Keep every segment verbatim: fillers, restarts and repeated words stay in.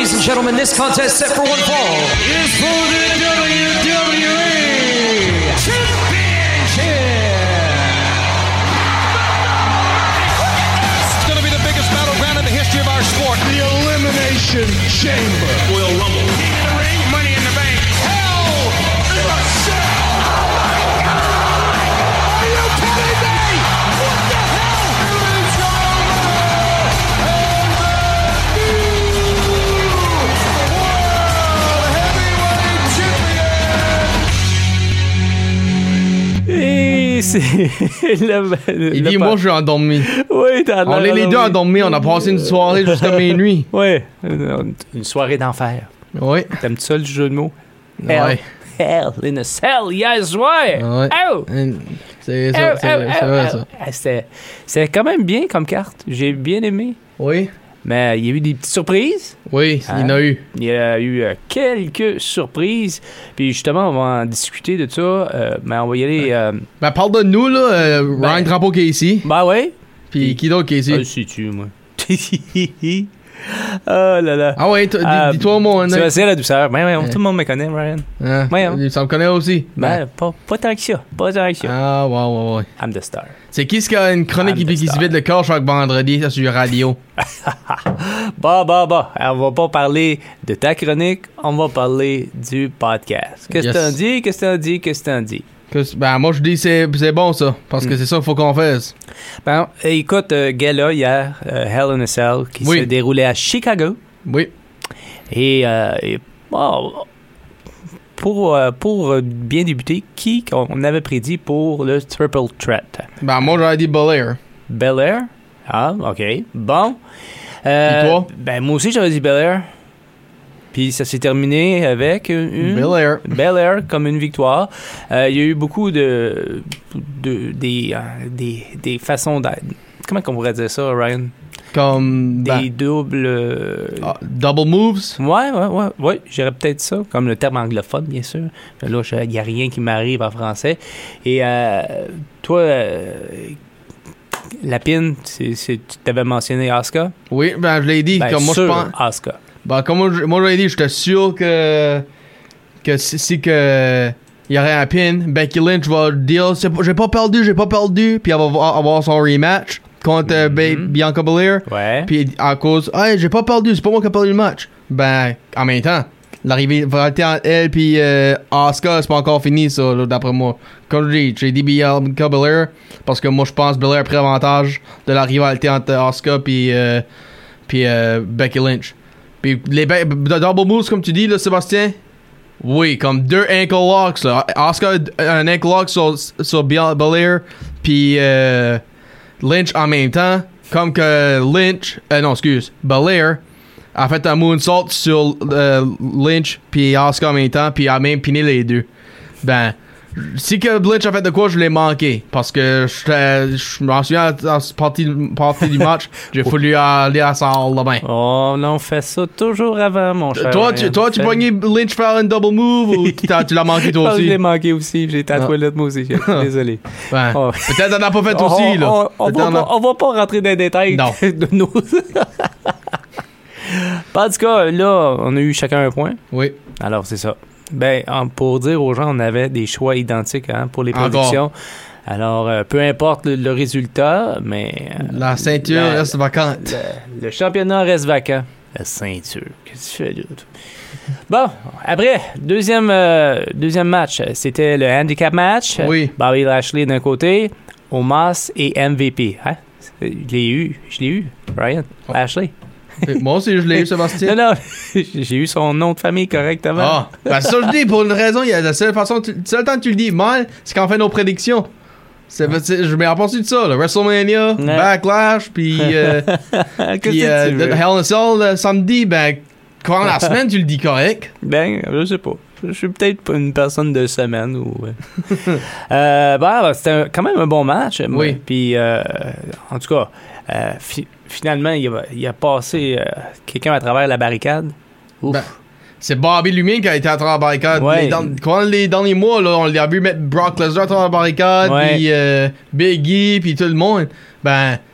Ladies and gentlemen, this contest set for one fall is for the W W E Championship. It's going to be the biggest battleground in the history of our sport. The Elimination Chamber. Royal Rumble. King of the Ring, Money in the Bank. Hell in a Cell. Oh my God! Are you kidding me? What the hell? It's over! And the new World Heavyweight Champion. Et c'est le, le, Il dit, moi, je suis endormi. Oui, t'as On est les deux endormis. On a passé une soirée jusqu'à minuit. Oui, une soirée d'enfer. Oui. T'aimes-tu ça, le jeu de mots? Ouais. Hell in a cell, yes, ouais! Ouais. Oh! C'est ça, Oh, c'est oh, c'est vrai, oh, ça. oh. C'était, c'était quand même bien comme carte. J'ai bien aimé. Oui. Mais il y a eu des petites surprises. Oui, il y en a eu. Il y a eu euh, quelques surprises. Puis justement, on va en discuter de ça. Euh, mais on va y aller. Euh... Ben, parle de nous, là. Euh, Ben- Ryan Drapeau qui est ici. Ben ouais. Puis qui d'autre qui est ici? Ah, sais-tu, moi. Oh là là. Ah ouais, t- Euh, dis- dis-toi mon Tu nom. vas c'est la douceur. Ben ouais, Ouais. tout le monde me connaît, Ryan. Hein? Ouais, Ça me connaît aussi. Ben, pas, pas tant que ça. Pas tant que ça. Ah, ouais, ouais, ouais. I'm the star. C'est qui ce qui a une chronique I'm qui, the qui se star. vide le corps chaque vendredi sur la radio? Bah, bah, bah. On va pas parler de ta chronique, on va parler du podcast. Qu'est-ce que Yes. t'en dis? Qu'est-ce que t'en dis? Qu'est-ce que t'en dis? Que- Ben, moi, je dis c'est c'est bon, ça. Parce que Mm. c'est ça qu'il faut qu'on fasse. Ben, écoute, euh, gala hier, euh, Hell in a Cell, qui Oui. se déroulait à Chicago. Oui. Et, euh, et, bon, pour, euh, pour euh, bien débuter, qui qu'on avait prédit pour le Triple Threat? Ben, moi, j'aurais dit Belair. Belair? Ah, OK. Bon. Euh, Et toi? Ben, moi aussi, j'aurais dit Belair. Puis ça s'est terminé avec une... Belair. Belair comme une victoire. Euh, Il y a eu beaucoup de... de des, euh, des, des façons... d'a- Comment on pourrait dire ça, Ryan? Comme. Des Ben, doubles... euh, ah, double moves. Ouais, ouais, ouais, ouais, j'irais peut-être ça, comme le terme anglophone, bien sûr. Là, il n'y a rien qui m'arrive en français. Et euh, toi, euh, Lapine, c'est, c'est, tu t'avais mentionné Asuka. Oui, ben, je l'ai dit. Ben, comme moi, je sûr, pense. Asuka. Ben, comme moi, je- moi, je l'ai dit, j'étais sûr que. Que si, si que. Il y aurait un pin, Becky Lynch va dire c'est pas- j'ai pas perdu, j'ai pas perdu, puis elle va avoir avoir son rematch contre euh, Ba- Mhm. Bianca Belair. Ouais. Puis à cause, hey, j'ai pas perdu, c'est pas moi qui ai perdu le match. Ben, en même temps, l'arrivée rivalité entre elle puis euh, Asuka, c'est pas encore fini ça, là, d'après moi. Comme je dis, j'ai dit Bianca Belair parce que moi je pense Belair a pris avantage de la rivalité entre Asuka puis euh, puis euh, Becky Lynch. Puis les be- de double moves comme tu dis là, Sébastien. Oui, comme deux ankle locks là. Asuka a un ankle lock sur sur Bianca Belair puis euh, Lynch en même temps, comme que Lynch, euh, non, excuse, Belair a fait un moonsault sur euh, Lynch puis Asuka en même temps, puis a même piné les deux. Ben, si que Lynch a fait de quoi, je l'ai manqué, parce que j'étais- je m'en souviens à cette partie, partie du match, j'ai voulu aller à la salle là ben. Oh, non, on fait ça toujours avant, mon cher. Toi, tu, Ryan. toi, tu Fait- pognais Lynch faire une double move ou t'as- tu l'as manqué toi Ah, je l'ai aussi? manqué aussi. J'ai été à la Ah. toilette, moi aussi. Désolé. Ben, Oh. peut-être t'en as pas fait On- aussi, là. On, on, Peut-être va t'en pas, as- on va pas rentrer dans les détails Non. de nos... En tout cas, là, on a eu chacun un point. Oui. Alors, c'est ça. Ben, en- pour dire aux gens, on avait des choix identiques hein, pour les Encore. prédictions. Alors, euh, peu importe le, le résultat, mais... euh, La ceinture la- reste vacante. le, le championnat reste vacant. La ceinture. Qu'est-ce que tu fais d'autre? Bon, après, deuxième, euh, deuxième match, c'était le handicap match. Oui. Bobby Lashley d'un côté, Omos et M V P. Hein? Je l'ai eu, je l'ai eu, Ryan. Oh. Lashley. Moi aussi, je l'ai eu, Sébastien. Non, non, j'ai eu son nom de famille correctement. Ah, ben ça je dis, pour une raison, il y a la seule façon, tu, le seul temps que tu le dis mal, c'est quand on fait nos prédictions. C'est, c'est- je m'ai aperçu de ça, là. WrestleMania, Ouais. Backlash, puis euh, Qu'est-ce puis, que euh, tu veux? Hell in a Cell le samedi, ben, quand la semaine tu le dis correct. Ben, je sais pas. Je suis peut-être pas une personne de semaine ou. euh, euh, ben, c'était un- quand même un bon match. Oui. Puis, euh, en tout cas, euh, fi- finalement, il a, il a passé euh, quelqu'un à travers la barricade. Ouf. Ben, c'est Bobby lui-même qui a été à travers la barricade. Ouais. Les, dans, quand les derniers mois, là, on l'a vu mettre Brock Lesnar à travers la barricade, Ouais. puis euh, Big E, puis tout le monde. Ben,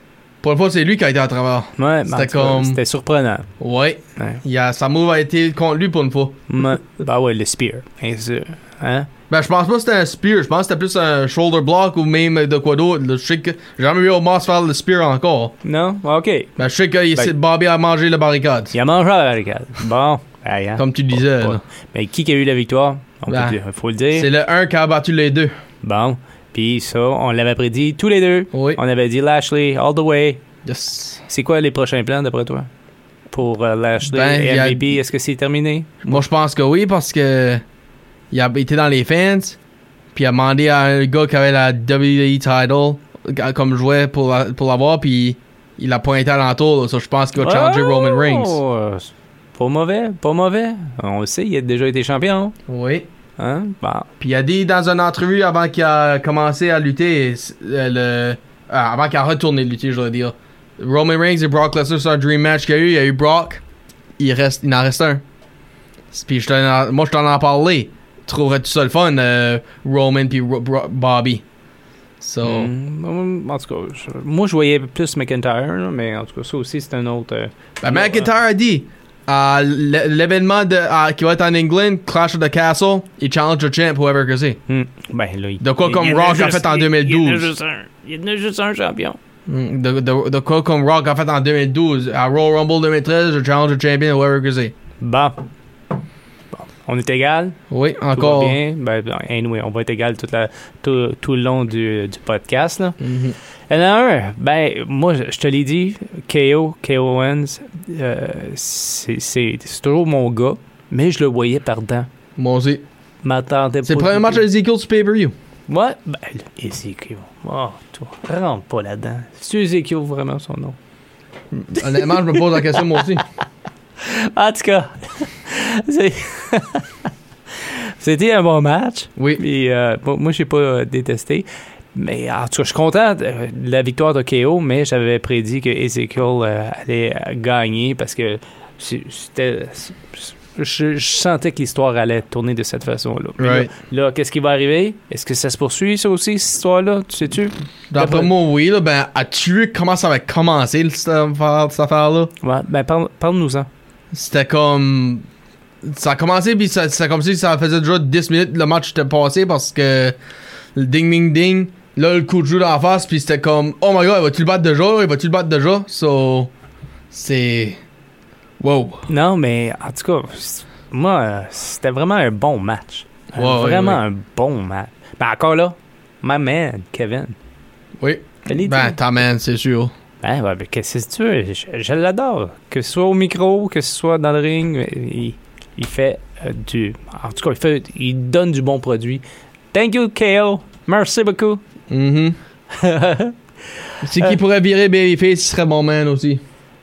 Pour une fois, c'est lui qui a été à travers. Ouais, C'était mais en tout cas, comme- C'était surprenant. Ouais. Ouais. Il y a, sa move a été contre lui pour une fois. Ouais. Bah ouais, le spear, bien sûr. Hein? Ben, je pense pas que c'était un spear. Je pense que c'était plus un shoulder block ou même de quoi d'autre. Je sais que j'ai jamais vu Omos faire le spear encore. Non? OK. Ben, je sais que Ben- Bobby a mangé la barricade. Il a mangé à la barricade. Bon. Hey, hein? Comme tu disais. Pas- là. Mais qui qui a eu la victoire? On Ben, peut dire, faut le dire. C'est le un qui a battu les deux. Bon. Puis ça, on l'avait prédit tous les deux. Oui. On avait dit Lashley, all the way. Yes. C'est quoi les prochains plans d'après toi? Pour euh, Lashley Ben, et il y a- M V P, est-ce que c'est terminé? Moi, je pense que oui, parce que il a été dans les fans, puis il a demandé à un gars qui avait la W W E title comme jouet pour, la- pour l'avoir, puis il a pointé à l'entour, là, so je pense qu'il va challenger Oh! Roman Reigns. Euh, Pas mauvais, pas mauvais. On le sait, il a déjà été champion. Oui. Hein? Bon. Puis il a dit dans une entrevue avant qu'il a commencé à lutter, euh, le, euh, avant qu'il a retourné lutter, je dois dire, Roman Reigns et Brock Lesnar, c'est un dream match qu'il y a eu. Il y a eu Brock, il, reste, il en reste un. Puis je t'en- moi, je t'en ai parlé. Trouverais-tu ça le fun, euh, Roman puis Ro- Bro- Bobby? So, Mm, en tout cas, je- moi je voyais plus McIntyre, là, mais en tout cas, ça aussi c'est un autre. euh, ben, McIntyre a dit à l- l'événement de, à- qui va être en England, Clash of the Castle, il challenge le champ, whoever que c'est. hmm, Ben là, il- De quoi il- comme il y en Rock a juste- fait en il- deux mille douze. Il y en a juste un. Il y en a juste un champion. Mm, De, de, de quoi comme Rock a fait en deux mille douze. À Royal Rumble deux mille treize, je challenge le champion, whoever que c'est. Bon. Bon. On est égal. Oui, Tout encore. va bien. Ben, ben, anyway, on va être égal toute la, tout, tout le long du, du podcast. Là. Mhm. Il y en a un, ben, moi, je je te l'ai dit, K O, K O Owens, euh, c'est c'est- c'est toujours mon gars, mais je le voyais perdant. Moi aussi. M'attendais pas. C'est le premier du match tout. d'Ezekiel sur pay-per-view. Ouais, ben, Ezekiel. Oh, toi, rentre pas là-dedans. C'est Ezekiel vraiment son nom? Honnêtement, je me pose la question moi aussi. En tout cas, c'est- c'était un bon match. Oui. Puis, euh, bon, moi, je n'ai pas euh, détesté. Mais en tout cas, je suis content de, de la victoire de K O, mais j'avais prédit que Ezekiel euh, allait euh, gagner parce que c'est- c'était. Je, je sentais que l'histoire allait tourner de cette façon-là. Puis Right. Là, là, qu'est-ce qui va arriver? Est-ce que ça se poursuit, ça aussi, cette histoire-là? Tu sais-tu? D'après moi, oui. Là, ben, as-tu vu comment ça va commencer, cette affaire- cette affaire-là? Ouais, ben, parle, parle-nous-en. C'était comme... Ça a commencé, puis ça, c'est comme si ça faisait déjà dix minutes le match était passé parce que... Le ding-ding-ding, là, le coup de jeu d'en face, puis c'était comme... Oh my god, va-tu le battre déjà? Il va-tu le battre déjà? So... C'est... Wow. Non, mais en tout cas, c- moi, euh, c'était vraiment un bon match. Un- Ouais, ouais, vraiment ouais. un bon match. Ben, encore là, my man, Kevin. Oui. Je l'ai Ben, dit. ta man, c'est sûr. Ben, ouais, ben, qu'est-ce que tu veux? Je, je l'adore. Que ce soit au micro, que ce soit dans le ring, il, il fait euh, du. En tout cas, il, fait, il donne du bon produit. Thank you, K O. Merci beaucoup. Mhm. C'est qui pourrait virer Babyface, ce serait bon man aussi.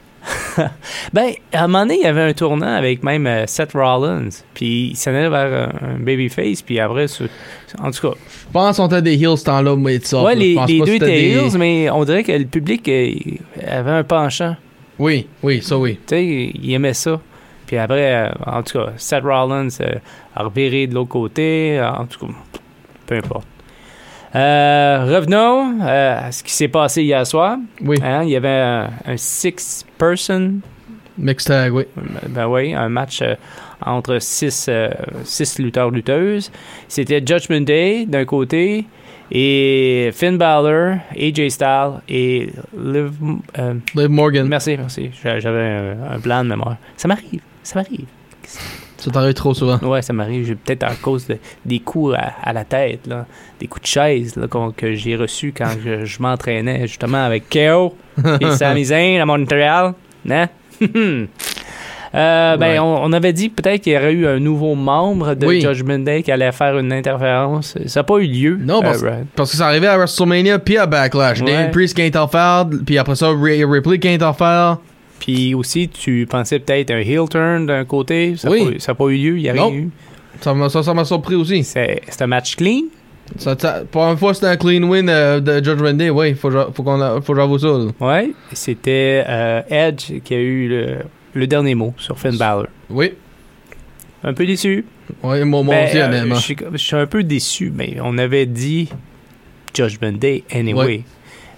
Ben, à un moment donné, il y avait un tournant avec même euh, Seth Rollins. Puis il s'en allait vers un, un babyface. Puis après, ce- en tout cas, Je pense qu'on était des heels ce temps-là, mais ça. ouais, Je les, pense les pas deux que c'était étaient des- heels, mais on dirait que le public euh, avait un penchant. Oui, oui, ça oui. Tu sais, il aimait ça. Puis après, euh, en tout cas, Seth Rollins euh, a reviré de l'autre côté. En tout cas, peu importe. Euh, revenons euh, à ce qui s'est passé hier soir. Oui, Hein, il y avait un, un six-person, mixed tag, oui. ben oui, un match euh, entre six, euh, six lutteurs-lutteuses. C'était Judgment Day d'un côté et Finn Balor, A J Styles et Liv... euh, Liv Morgan. merci, merci. J'a- J'avais un, un blanc de mémoire. Ça m'arrive, ça m'arrive. Ça t'arrive trop souvent. Ouais, ça m'arrive. J'ai peut-être à cause de, des coups à, à la tête, là, des coups de chaise là, qu'on- que j'ai reçus quand je, je m'entraînais justement avec K O et Sami Zayn à Montréal. Hein? Euh, ben, Ouais. on, on avait dit peut-être qu'il y aurait eu un nouveau membre de Oui. Judgment Day qui allait faire une interférence. Ça n'a pas eu lieu. Non, parce, Euh, right. parce que ça arrivait à WrestleMania puis à Backlash. Ouais. Damien Priest qui est en faire, puis après ça, Rhea Ripley qui est en faire. Puis aussi, tu pensais peut-être un heel turn d'un côté. Ça n'a Oui. pas, ça a pas eu lieu. Il n'y a Non. rien eu. Ça m'a ça, ça m'a surpris aussi. C'est c'est un match clean. Ça, ça- pour une fois, c'était un clean win euh, de Judgment Day. Oui, faut, faut qu'on a- faut que j'avoue ça. là. Ouais. C'était euh, Edge qui a eu le, le dernier mot sur Finn Balor. Oui. Un peu déçu. Oui, moi, moi Ben, aussi, euh, honnêtement. je suis- je suis un peu déçu, mais on avait dit Judgment Day anyway. Ouais.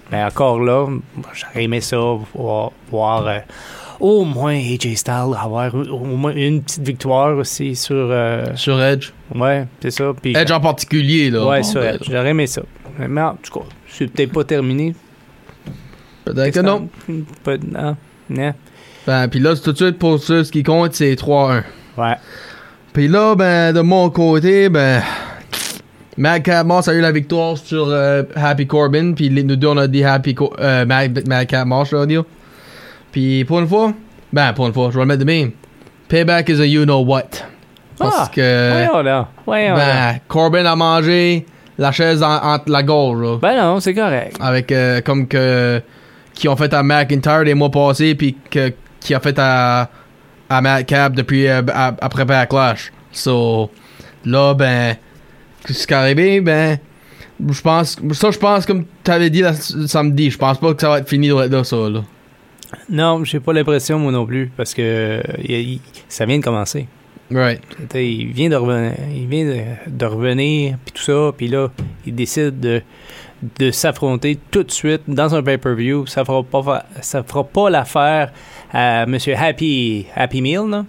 Mais encore là, j'aurais aimé ça, voir, voir euh, au moins A J Styles avoir au moins une petite victoire aussi sur... Euh, Sur Edge. ouais, c'est ça. Puis, Edge en particulier, là. ouais, Bon, sur ben, Edge. J'aurais aimé ça. Mais en tout cas, c'est peut-être pas terminé. Peut-être que non. Pas, non. Non. Ben, puis là, tout de suite, pour ça, ce qui compte, c'est trois un. Ouais. Puis là, ben, de mon côté, ben... Madcap Moss a eu la victoire sur euh, Happy Corbin, puis les- nous deux, on a dit Happy Co- euh, Mad- Madcap Moss, je veux dire. Puis pour une fois, ben, pour une fois, je vais le mettre de même. Payback is a you-know-what. Parce Ah, que... Voyons là. Voyons là. Ben, Corbin a mangé la chaise en- entre la gorge, là. Ben non, c'est correct. Avec, euh, comme que... Qui ont fait à McIntyre les mois passés, puis que, qui a fait à, à Madcap depuis, euh, à- après Backlash. So, là, ben... Ce qui est arrivé, ben... Je pense... Ça, je pense, comme tu avais dit la, le samedi, je pense pas que ça va être fini de là, ça, là. Non, j'ai pas l'impression, moi non plus, parce que euh, il- il- ça vient de commencer. Right. T'sais, il vient de revenir, il vient de, de revenir, puis tout ça, puis là, il décide de, de s'affronter tout de suite dans un pay-per-view. Ça fera pas, fa- ça fera pas l'affaire à Monsieur Happy, Happy Meal, là.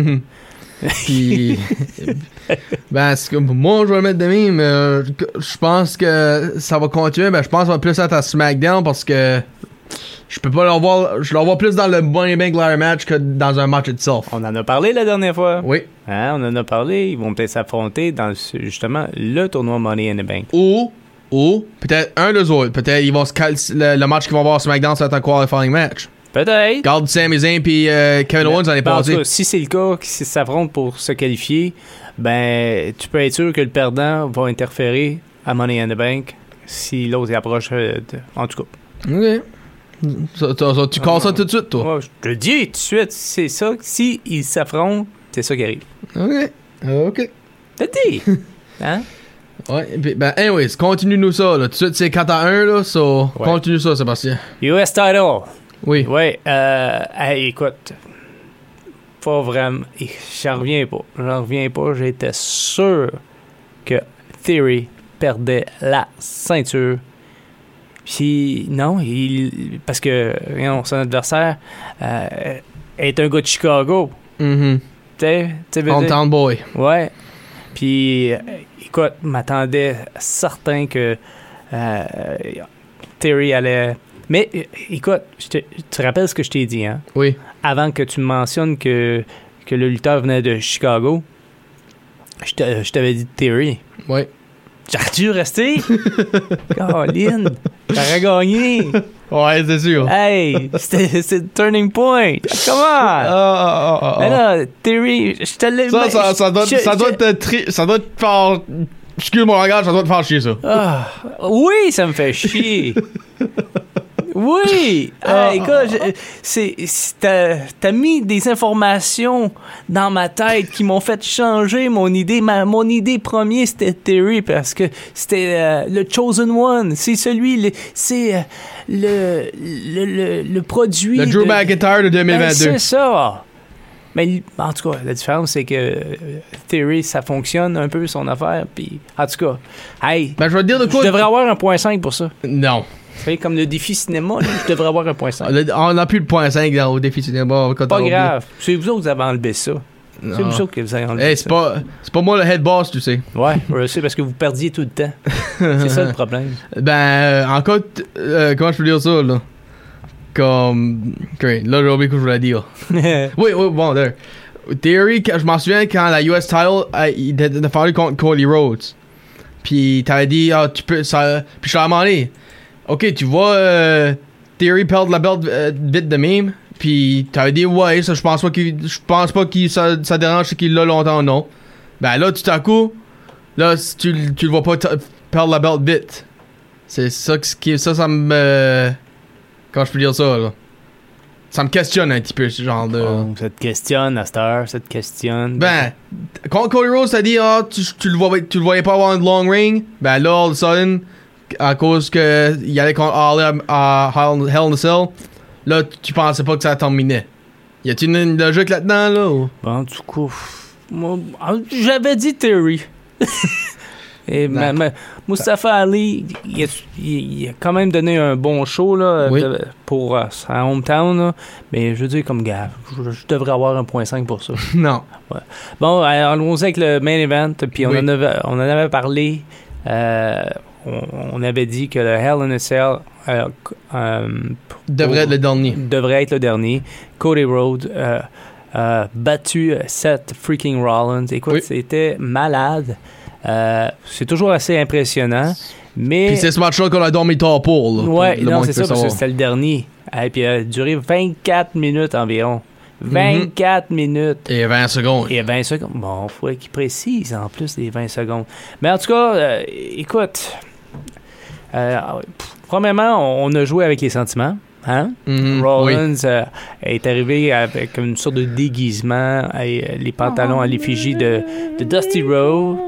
Puis... ben, c'est comme... Moi, je vais le mettre de même, mais je pense que ça va continuer, ben, je pense que ça va plus être à SmackDown, parce que... Je peux pas l'avoir... Je l'avoir plus dans le Money Bank Ladder match que dans un match itself. On en a parlé la dernière fois. Oui. Hein, on en a parlé. Ils vont peut-être s'affronter dans le- justement le tournoi Money in the Bank. Ou... Ou... Peut-être un des autres. Peut-être ils vont se cal... le, le match qu'ils vont avoir à SmackDown, ça va être un qualifying match. Peut-être. Garde Sami Zayn puis euh, Kevin Owens l'année Ben, en tout passée. cas, si c'est le cas, s'ils s'affrontent pour se qualifier, ben tu peux être sûr que le perdant va interférer à Money in the Bank si l'autre approche. euh, de- En tout cas. Ok. Ça, ça, ça, tu casses ça tout de suite, toi. Ouais, je te le dis tout de suite, c'est ça. Si ils s'affrontent, c'est ça qui arrive. Ok. Ok. T'as dit. Hein? Ouais, pis, ben, anyways, continue-nous ça, là. Tout de suite, c'est quatre à un, là, so, Ouais. continue ça, Sébastien. U S title. Oui. Ouais, euh, hey, écoute, pas vraiment, j'en reviens pas, j'en reviens pas, j'étais sûr que Theory perdait la ceinture. Puis non, il, parce que non, son adversaire euh, est un gars de Chicago, Mm-hmm. tu sais, tu sais, veux dire- Hometown Boy. ouais. Puis, euh, écoute, m'attendais certain que euh, Theory allait. Mais euh, écoute, je te- tu te rappelles ce que je t'ai dit, hein? Oui. Avant que tu me mentionnes que, que le lutteur venait de Chicago, je te- je t'avais dit Theory. Oui. J'aurais dû rester? Caroline, t'aurais gagné. Ouais, c'est sûr. Hey, c'était c'était le turning point. Come on! Ah, ah, ah, Mais ah. là, Theory, je te l'ai... Ça, ça, ça doit, je- ça doit je- te tri- ça doit te faire... Excuse mon langage, ça doit te faire chier, ça. Ah, oui, ça me fait chier. Oui. Ah, écoute, je- c'est, c'est- t'as, t'as mis des informations dans ma tête qui m'ont fait changer mon idée. Ma, mon idée première, c'était Theory parce que c'était euh, le Chosen One. C'est celui, le- c'est euh, le, le, le, le produit. Le Drew de- McIntyre de deux mille Ben, vingt-deux. c'est ça. Mais en tout cas, la différence, c'est que euh, Theory, ça fonctionne un peu son affaire. Puis, en tout cas, hey, Ben, je vais te dire de je quoi... devrais avoir un point cinq pour ça. Non. Vous savez, comme le défi cinéma, là, je devrais avoir un point cinq. Le- On n'a plus le point cinq dans, au défi cinéma. quand Pas t'as grave. C'est vous autres qui avez enlevé ça. oublié. C'est Non. vous autres qui vous avez enlevé Hey, ça. c'est pas, c'est pas moi le head boss, tu sais. Ouais, je sais, parce que vous perdiez tout le temps. C'est ça le problème. Ben, euh, encore, t- euh, comment je peux dire ça, là? Comme... Ok, là, j'ai oublié que je voulais dire. Oui, oui, bon, there. Theory, quand- je m'en souviens quand la U S title, euh, il était défendu contre Cody Rhodes. Puis t'avais dit, ah, tu peux, ça... Puis je t'avais demandé, ok, tu vois euh, Theory perdre la belt euh, vite de même. Puis t'avais dit, ouais, ça, je pense pas qu'il, je pense pas qu'il, ça, ça dérange qu'il l'a longtemps, non. Ben là, tout à coup, là, si tu, tu le vois pas t- perdre la belt vite. C'est ça qui, ça, ça me... euh, comment je peux dire ça, là? Ça me questionne un petit peu, ce genre de... Oh, ça te questionne à cette heure, ça te questionne. Ben, quand Cody Rhodes t'a dit, ah, tu, tu, le voyais, tu le voyais pas avoir une long ring, ben là, all of a sudden, à cause que il allait contre Ali à, à Hell Hell in a Cell, là, tu pensais pas que ça terminait. Y a-t-il une, une logique là-dedans, là? Ou? Bon, du coup, moi, j'avais dit Theory. Et ma, ma, Mustafa Ali, il a, il, il a quand même donné un bon show là, oui. de, pour uh, sa hometown. Là. Mais je veux dire, comme gars, je, je devrais avoir un point cinq pour ça. Non. Ouais. Bon, alors, allons-y avec le main event. Puis on, oui. en, avait, on en avait parlé. Euh, on, on avait dit que le Hell in a Cell euh, euh, devrait être le dernier. Devrait être le dernier. Cody Rhodes euh, euh, battu Seth freaking Rollins. Écoute, oui. C'était malade. Euh, c'est toujours assez impressionnant. Mais... Puis c'est ce match-là qu'on a dormi tard pour. Là, ouais, pour non, c'est ça, parce que c'était le dernier. Et puis il a duré vingt-quatre minutes environ. vingt-quatre mm-hmm. minutes. Et vingt secondes. Et vingt secondes. Bon, il faudrait qu'il précise en plus les vingt secondes. Mais en tout cas, euh, écoute, euh, pff, premièrement, on a joué avec les sentiments. Hein? Mm-hmm. Rollins oui. euh, est arrivé avec une sorte de déguisement, et, les pantalons à l'effigie de, de Dusty Rhodes.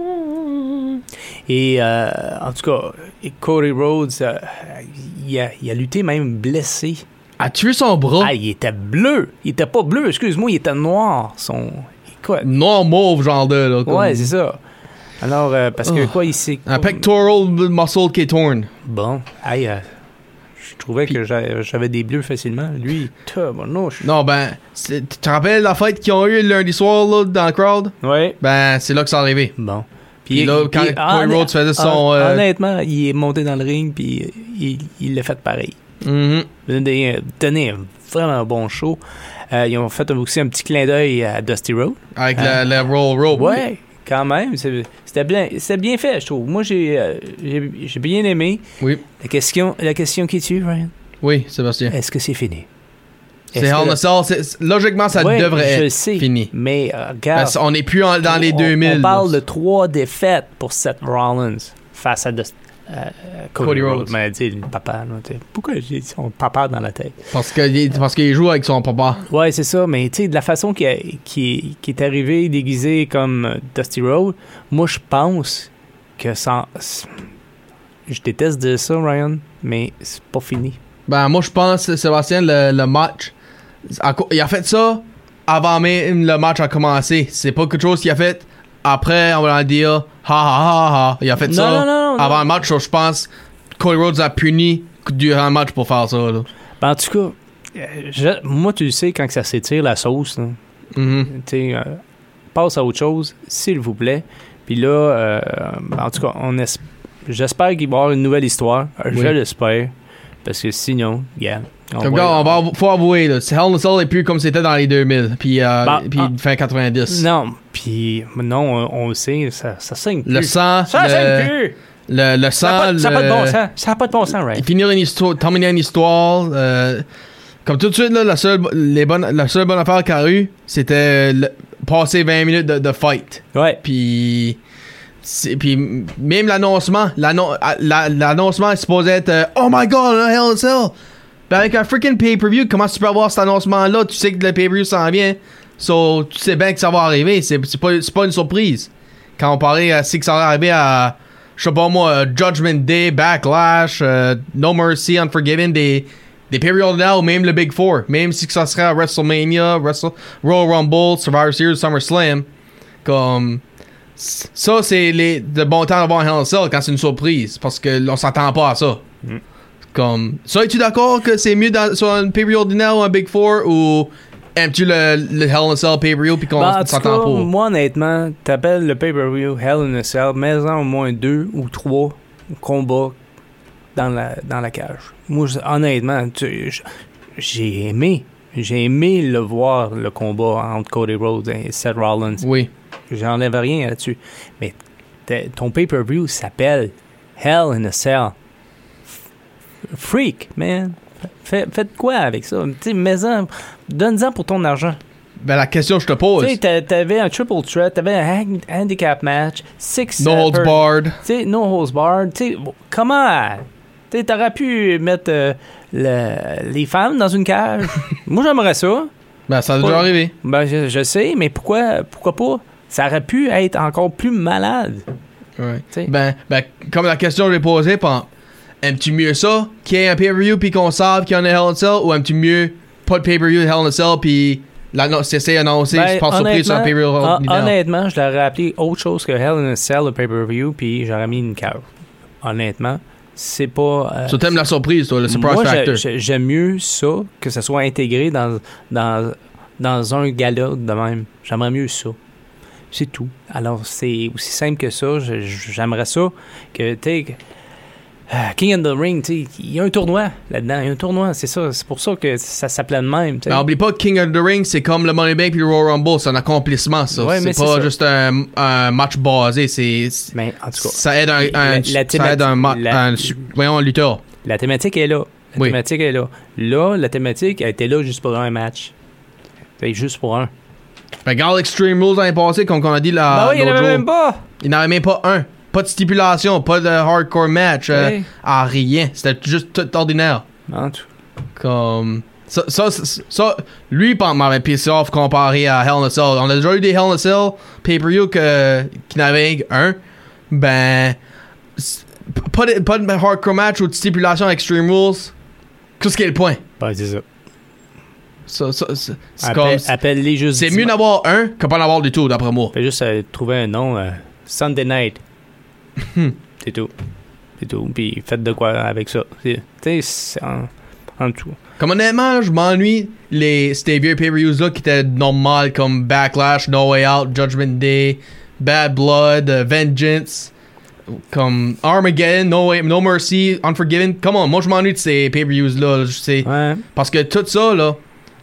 Et euh, en tout cas, Cody Rhodes, euh, il, a, il a lutté même blessé. As-tu vu son bras? Ah, il était bleu. Il était pas bleu, excuse-moi, il était noir. Son... Écoute. Noir mauve, genre de. Là, comme... Ouais, c'est ça. Alors, euh, parce que oh. quoi, il s'est. Un pectoral muscle qui est torn. Bon, aïe, euh, je trouvais Puis... que j'avais des bleus facilement. Lui, tabarnouche. Non, ben, tu te rappelles la fête qu'ils ont eu le lundi soir là, dans le crowd? Ouais. Ben, c'est là que c'est arrivé. Bon. Puis, puis là, quand Cody Rhodes faisait son. Euh... Honnêtement, il est monté dans le ring, puis il, il l'a fait pareil. Mm-hmm. Donné, donné un vraiment bon show. Euh, ils ont fait aussi un petit clin d'œil à Dusty Rhodes. Avec euh, la, la roll rope. Ouais, quand même. C'était bien, c'était bien fait, je trouve. Moi, j'ai, euh, j'ai, j'ai bien aimé. Oui. La question, la question qui tue, Ryan. Oui, Sébastien. Est-ce que c'est fini? C'est Hell in a Cell. Logiquement, ça ouais, devrait je être sais, fini. Mais euh, regarde. Parce on n'est plus en, dans les on, deux mille. On parle de trois défaites pour Seth Rollins face à Dusty. Euh, Cody, Cody Rhodes. Rhodes. Mais dit le papa. Là, pourquoi j'ai dit son papa dans la tête? Parce qu'il parce qu'il joue avec son papa. Ouais, c'est ça. Mais tu sais, de la façon qu'il, a, qu'il, qu'il est arrivé déguisé comme Dusty Rhodes, moi, je pense que ça... Je déteste dire ça, Ryan, mais c'est pas fini. Ben, moi, je pense, Sébastien, le, le match... Il a fait ça avant même le match a commencé. C'est pas quelque chose qu'il a fait... Après, on va dire, ha ha ha ha. Il a fait non, ça non, non, avant non. le match. Je pense Cody Rhodes a puni durant le match pour faire ça. Là. Ben, en tout cas, je, moi, tu le sais, quand ça s'étire, la sauce, là, mm-hmm. tu sais, euh, passe à autre chose, s'il vous plaît. Puis là, euh, en tout cas, on es, j'espère qu'il va y avoir une nouvelle histoire. Oui. Je l'espère. Parce que sinon, yeah. On Comme va, gars, on va faut avouer, là, Hell in a Cell n'est plus comme c'était dans les deux mille, puis euh, bah, puis ah, fin quatre-vingt-dix. Non, puis non, on, on le sait, ça, ça saigne plus. Le sang, ça le, saigne plus. Le, le sang, ça n'a pas, le, pas de bon sens. Ça n'a pas de bon sens, right? Finir une histoire, terminer une histoire. Euh, comme tout de suite, là, la seule, les bonnes, la seule bonne affaire qu'il y a eu, c'était le, passer vingt minutes de, de fight. Ouais. Puis. Puis même l'annoncement, l'annon, la, l'annoncement est supposé être euh, oh my god, Hell in a Cell. Ben avec un freaking pay-per-view, comment tu peux avoir cet annoncement-là? Tu sais que le pay-per-view s'en vient. So, tu sais bien que ça va arriver. C'est, c'est, pas, c'est pas une surprise. Quand on parlait à ce que ça va arriver à, je sais pas moi, Judgment Day, Backlash, uh, No Mercy, Unforgiven, des, des pay-per-views now, ou même le Big Four. Même si que ça serait à WrestleMania, Wrestle, Royal Rumble, Survivor Series, SummerSlam. Comme... Ça, c'est les, de bon temps d'avoir un Hell in a Cell quand c'est une surprise. Parce que on s'attend pas à ça. Mm. Comme, ça, es-tu d'accord que c'est mieux dans, sur un pay-per-view ordinaire ou un Big Four, ou aimes-tu le, le Hell in a Cell pay-per-view puis qu'on ben, s'attend cas, pas? Moi, honnêtement, t'appelles le pay-per-view Hell in a Cell, mets-en au moins deux ou trois combats dans la, dans la cage. Moi, honnêtement, tu, j'ai aimé. J'ai aimé le voir, le combat entre Cody Rhodes et Seth Rollins. Oui. J'enlève rien là-dessus. Mais ton pay-per-view s'appelle Hell in a Cell. Freak, man. Faites fait quoi avec ça? Tu sais, mets-en, donne-en pour ton argent. Ben, la question que je te pose. Tu sais, t'avais un triple threat, t'avais un handicap match, six. No holds barred. Tu sais, no holds barred. Tu sais, comment? Tu sais, t'aurais pu mettre euh, le, les femmes dans une cage. Moi, j'aimerais ça. Ben, ça a déjà arrivé. Ben, je, je sais, mais pourquoi, pourquoi pas? Ça aurait pu être encore plus malade. Ouais. Ben, ben, comme la question que j'ai posée, aimes-tu mieux ça qu'il y ait un pay-per-view puis qu'on sache qu'il y en a Hell in a Cell, ou aimes-tu mieux pas de pay-per-view de Hell in a Cell puis Là, non, c'est, c'est annoncé, Ben, c'est pas surprise sur un pay-per-view. hon- ordinaire. honnêtement, je l'aurais appelé autre chose que Hell in a Cell, le pay-per-view, puis j'aurais mis une cave. Honnêtement, c'est pas... euh, So, t'aimes la surprise, toi, le surprise moi, factor. j'ai- j'ai- j'aime mieux ça, que ça soit intégré dans, dans, dans un gala de même. J'aimerais mieux ça. C'est tout. Alors, c'est aussi simple que ça. Je- J'aimerais ça que, tu sais, que- ah, King of the Ring, tu sais, il y a un tournoi là-dedans. Il y a un tournoi, c'est ça. C'est pour ça que ça s'appelait de même, tu sais. Mais oublie pas que King of the Ring, c'est comme le Money Bank et le Royal Rumble, c'est un accomplissement, ça. Ouais, mais c'est c'est pas ça. juste un, un match basé, c'est... c'est- Mais en tout cas, Ça aide un, un, La- la ça thématique- aide un, ma- la- un su- voyons, un lutteur. la thématique est là. La Oui. thématique est là. Là, la thématique a été là juste pour un match. C'est juste pour un. Regarde Extreme Rules l'année passée, comme on a dit là. bah oui, il n'y en avait même pas. Il n'y en avait même pas un. Pas de stipulation, pas de hardcore match, euh, Ouais. à rien. C'était juste tout ordinaire. En tout. Comme. Ça, ça, ça, ça lui, par m'avait pissé off comparé à Hell in a Cell. On a déjà eu des Hell in a Cell pay-per-view que, qui n'avaient un. Ben. c'est- Pas de, pas de hardcore match ou de stipulation à Extreme Rules. Qu'est-ce qui est le point? Ben, c'est ça. Ça, ça, ça- c'est Appelle- comme. Appelle-les juste. C'est mieux dimanche. d'avoir un que pas d'avoir du tout, d'après moi. Fais juste euh, trouver un nom. euh, Sunday Night. C'est tout. C'est tout. Puis faites de quoi avec ça. C'est- Tu sais, c'est en, en tout. Comme honnêtement, là, je m'ennuie les ces vieux pay-per-views là qui étaient normales comme Backlash, No Way Out, Judgment Day, Bad Blood, uh, Vengeance, comme Armageddon, No Way, No Mercy, Unforgiven. Come on, moi je m'ennuie de ces pay-per-views là, je sais. Ouais. Parce que tout ça là,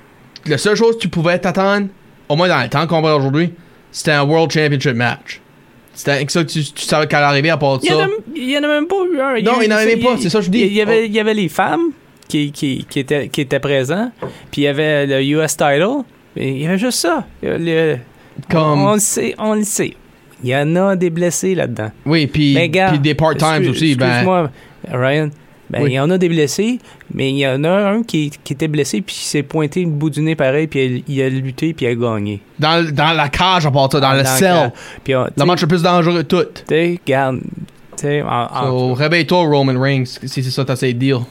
la seule chose que tu pouvais t'attendre, au moins dans le temps qu'on voit aujourd'hui, c'était un World Championship match. C'était avec ça que tu, tu savais qu'elle allait arriver à part de Il y, en ça. a, il y en a même pas eu un. Non, il y en avait il- pas, il- c'est ça que je dis. Il y avait, il y avait les femmes qui, qui, qui, étaient, qui étaient présents. Puis il y avait le U S title. Et il y avait juste ça. Le- Comme- on, on le sait, on le sait. Il y en a des blessés là-dedans. Oui, puis Mais gars, puis des part-times excuse- aussi. Ben, Excuse-moi, Ryan. Ben, Oui. il y en a des blessés, mais il y en a un qui, qui était blessé, puis il s'est pointé le bout du nez pareil, puis il, il a lutté, puis il a gagné. dans, le- dans la cage à part ça, dans le cell. Puis, on- Le t'sais, match le plus dangereux de tout. t'sais, regarde. t'sais, en- en- So, réveille-toi, Roman Reigns, si c'est ça t'essayes de dire.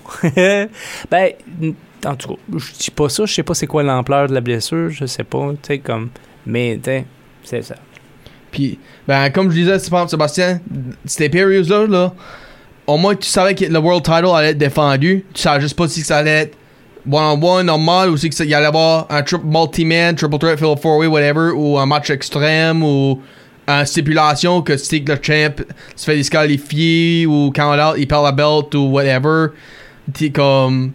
ben, en tout cas, je dis pas ça, je sais pas c'est quoi l'ampleur de la blessure, je sais pas, tu sais, comme. Mais, tu sais, c'est ça. Puis, ben, comme je disais, Sébastien, ces pay-per-views-là, là, au moins tu savais que le World Title allait être défendu. Tu savais juste pas si ça allait être one-on-one, normal, ou si il allait avoir un tri- multi-man, triple threat, fatal four-way, whatever, ou un match extrême, ou une stipulation que si le champ se fait disqualifier, ou count out, il perd la belt, ou whatever. T'es comme.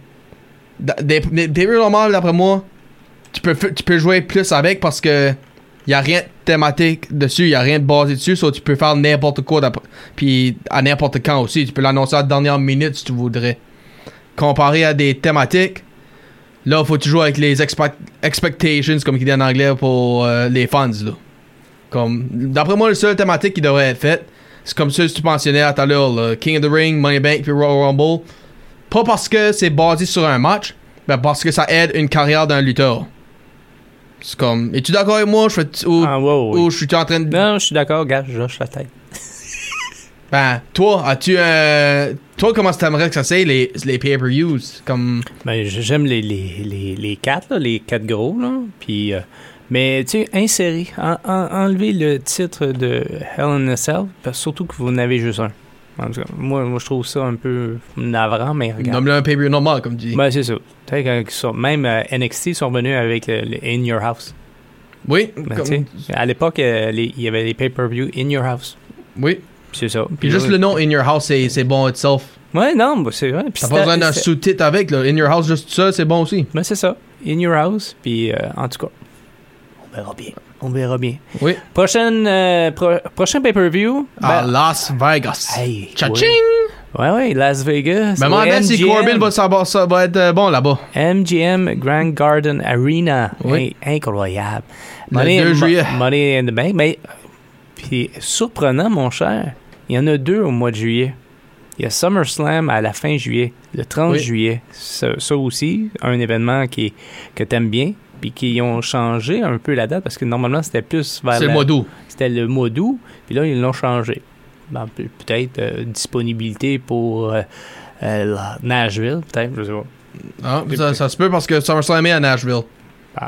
Des, des pay-per-views normales, d'après moi, tu peux, f- tu peux jouer plus avec parce que. Y a rien de thématique dessus, y a rien de basé dessus, so tu peux faire n'importe quoi, d'après- puis à n'importe quand aussi. Tu peux l'annoncer à la dernière minute si tu voudrais. Comparé à des thématiques, là, faut que tu joues avec les expect- expectations, comme il dit en anglais, pour euh, les fans, là. Comme, d'après moi, le seul thématique qui devrait être fait, c'est comme ça que tu mentionnais à tout à l'heure, là, King of the Ring, Money Bank, puis Royal Rumble. Pas parce que c'est basé sur un match, mais parce que ça aide une carrière d'un lutteur. C'est comme, es-tu d'accord avec moi? Je fais, ou, Ah, ouais, ouais. ou je suis en train de. Non, je suis d'accord, gars, je hoche la tête. Ben, toi, as-tu un. Toi, comment t'aimerais que ça soit les, les pay-per-views? Comme. Ben, j'aime les, les, les, les quatre, là, les quatre gros, là. Puis, euh, mais, tu sais, insérer, en, en- enlever le titre de Hell in a Cell, parce, surtout que vous en avez juste un. En tout cas, moi, moi je trouve ça un peu navrant, mais regarde. Nomme-le un pay-per-view normal, comme tu dis. Ben, c'est ça. Tu sais, quand ils sont- même euh, N X T sont venus avec le, le In Your House. Oui. Ben, comme- tu sais, à l'époque, euh, les- il y avait les pay-per-view In Your House. oui. Puis c'est ça. Puis juste là- le nom In Your House, c'est, c'est bon itself. Ouais, non, ben, c'est vrai. Puis T'as c'était- pas besoin d'un c'est- sous-titre avec, là. In Your House, juste ça, c'est bon aussi. Ben, c'est ça. In Your House. Puis, euh, en tout cas, on verra bien. On verra bien. Oui. Prochaine, euh, pro- prochain pay-per-view. À ben- Las Vegas. Hey, Cha-ching! Ouais, ouais, Las Vegas. Mais au moi, si M G M. Corbin va, savoir, ça va être euh, bon là-bas. M G M Grand Garden Arena. Oui. Hey, incroyable. Le deux juillet. Money in the Bank. Mais, puis, surprenant, mon cher, il y en a deux au mois de juillet. Il y a SummerSlam à la fin juillet, le trente Oui. juillet. Ça, ça aussi, un événement qui, que tu aimes bien, puis qui ont changé un peu la date, parce que normalement, c'était plus vers C'est la- le mois d'août. C'était le mois d'août, puis là, ils l'ont changé. Ben, pe- peut-être euh, disponibilité pour euh, euh, la- Nashville, peut-être, je sais pas. Ah, ça, ça se peut parce que SummerSlam est à Nashville. Ah,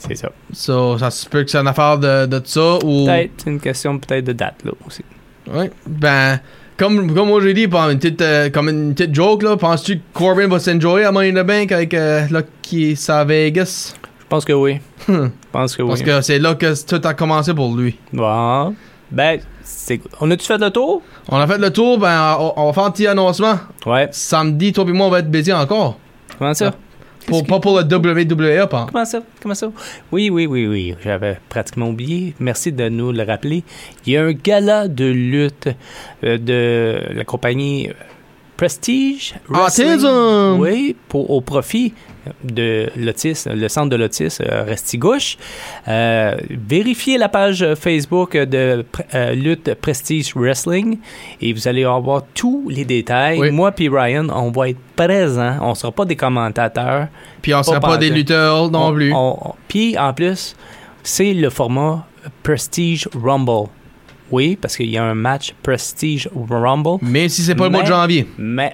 C'est ça. So, ça se peut que c'est une affaire de, de ça ou. Peut-être, c'est une question peut-être de date, là, aussi. Ouais. Ben, comme, comme moi j'ai dit, par une petite, euh, comme une petite joke, là, penses-tu que Corbin va s'enjoyer à Money in the Bank avec euh, là, qui est à Vegas? Je pense que oui. Hmm. Je pense que oui. Parce que c'est là que tout a commencé pour lui. Bon. Ben, c'est... on a-tu fait le tour? On a fait le tour, ben, on, on va faire un petit annoncement. Ouais. Samedi, toi et moi, on va être busy encore. Comment ça? Pour, Qu'est-ce pas pour le W W E, pas. Comment ça? Comment ça? Oui, oui, oui, oui. J'avais pratiquement oublié. Merci de nous le rappeler. Il y a un gala de lutte euh, de la compagnie Prestige Wrestling. Autism! Oui, pour, au profit de l'Otis, le centre de l'Otis euh, Restigouche. Euh, vérifiez la page Facebook de euh, lutte Prestige Wrestling et vous allez avoir tous les détails. Oui. Moi puis Ryan, on va être présents. On ne sera pas des commentateurs. Puis on sera pas, pas des pantoute. lutteurs non On- plus. on- on- Puis en plus, c'est le format Prestige Rumble. Oui, parce qu'il y a un match Prestige Rumble. Mais si c'est pas le mois de Mais- janvier. Mais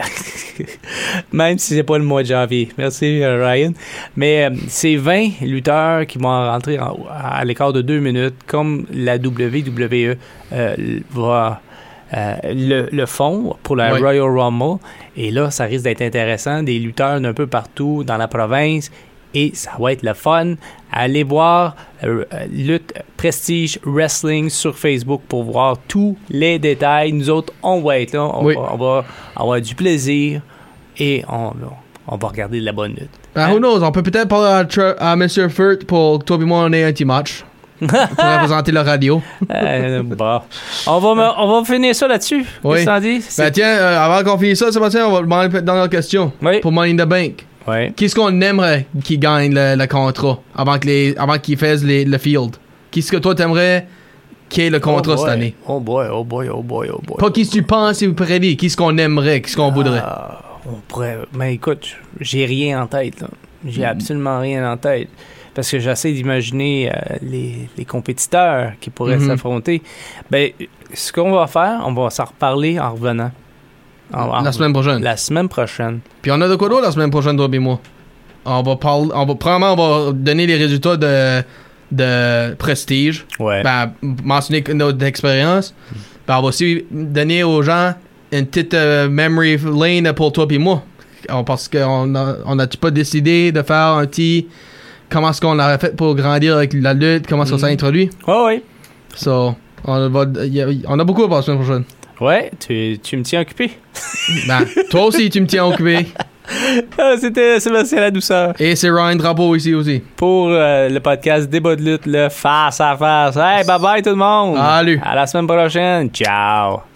même si c'est pas le mois de janvier. Merci euh, Ryan. Mais euh, c'est vingt lutteurs qui vont rentrer en- à l'écart de deux minutes, comme la W W E euh, va euh, le, le font pour la Oui. Royal Rumble. Et là, ça risque d'être intéressant. Des lutteurs d'un peu partout dans la province. Et ça va être le fun. Allez voir euh, euh, Lutte Prestige Wrestling sur Facebook pour voir tous les détails. Nous autres, on va être là. On, Oui. va, on va avoir du plaisir et on, on va regarder de la bonne lutte. Ben, who knows? On peut peut-être parler à, Tr- à M. Furt pour que toi et moi on ait un petit match. Pour représenter la radio. Euh, bon. on, va, me- on va finir ça là-dessus. Oui. Qu'est-ce que t'en dis? Ben tiens, euh, avant qu'on finisse ça, Sébastien, on va demander une dernière question. Oui. Pour Money in the Bank. Ouais. Qu'est-ce qu'on aimerait qu'il gagne le, le contrat avant que les, avant qu'il fasse les- le field? Qu'est-ce que toi t'aimerais qu'il y ait le contrat Oh cette boy. année? Oh boy, oh boy, oh boy, oh boy. Pas qu'est-ce que tu penses ou prédis, qu'est-ce qu'on aimerait, qu'est-ce qu'on voudrait? Ah, on pourrait. Mais écoute, j'ai rien en tête, là. J'ai absolument rien en tête. Parce que j'essaie d'imaginer euh, les, les compétiteurs qui pourraient Mhm. s'affronter. Ben, ce qu'on va faire, on va s'en reparler en revenant. En- en- La semaine prochaine. La semaine prochaine. Puis on a de quoi d'autre la semaine prochaine, toi et moi? On va parler, on va, premièrement, on va donner les résultats de, de Prestige. Ouais. Ben, mentionner notre expérience. Ben, on va aussi donner aux gens une petite euh, memory lane pour toi et moi. On- Parce qu'on a, on a-tu pas décidé de faire un petit... Comment est-ce qu'on a fait pour grandir avec la lutte? Comment est-ce qu'on Mhm. s'est introduit? Oh, oui. So, on, va, y a, on a beaucoup pour la semaine prochaine. Ouais, tu, tu me tiens occupé. Ben, toi aussi, tu me tiens occupé. Ah, c'était Sébastien La Douceur Et c'est Ryan Drapeau ici aussi. pour euh, le podcast Débat de lutte, le face à face. Hey, bye bye tout le monde. Salut. À la semaine prochaine. Ciao.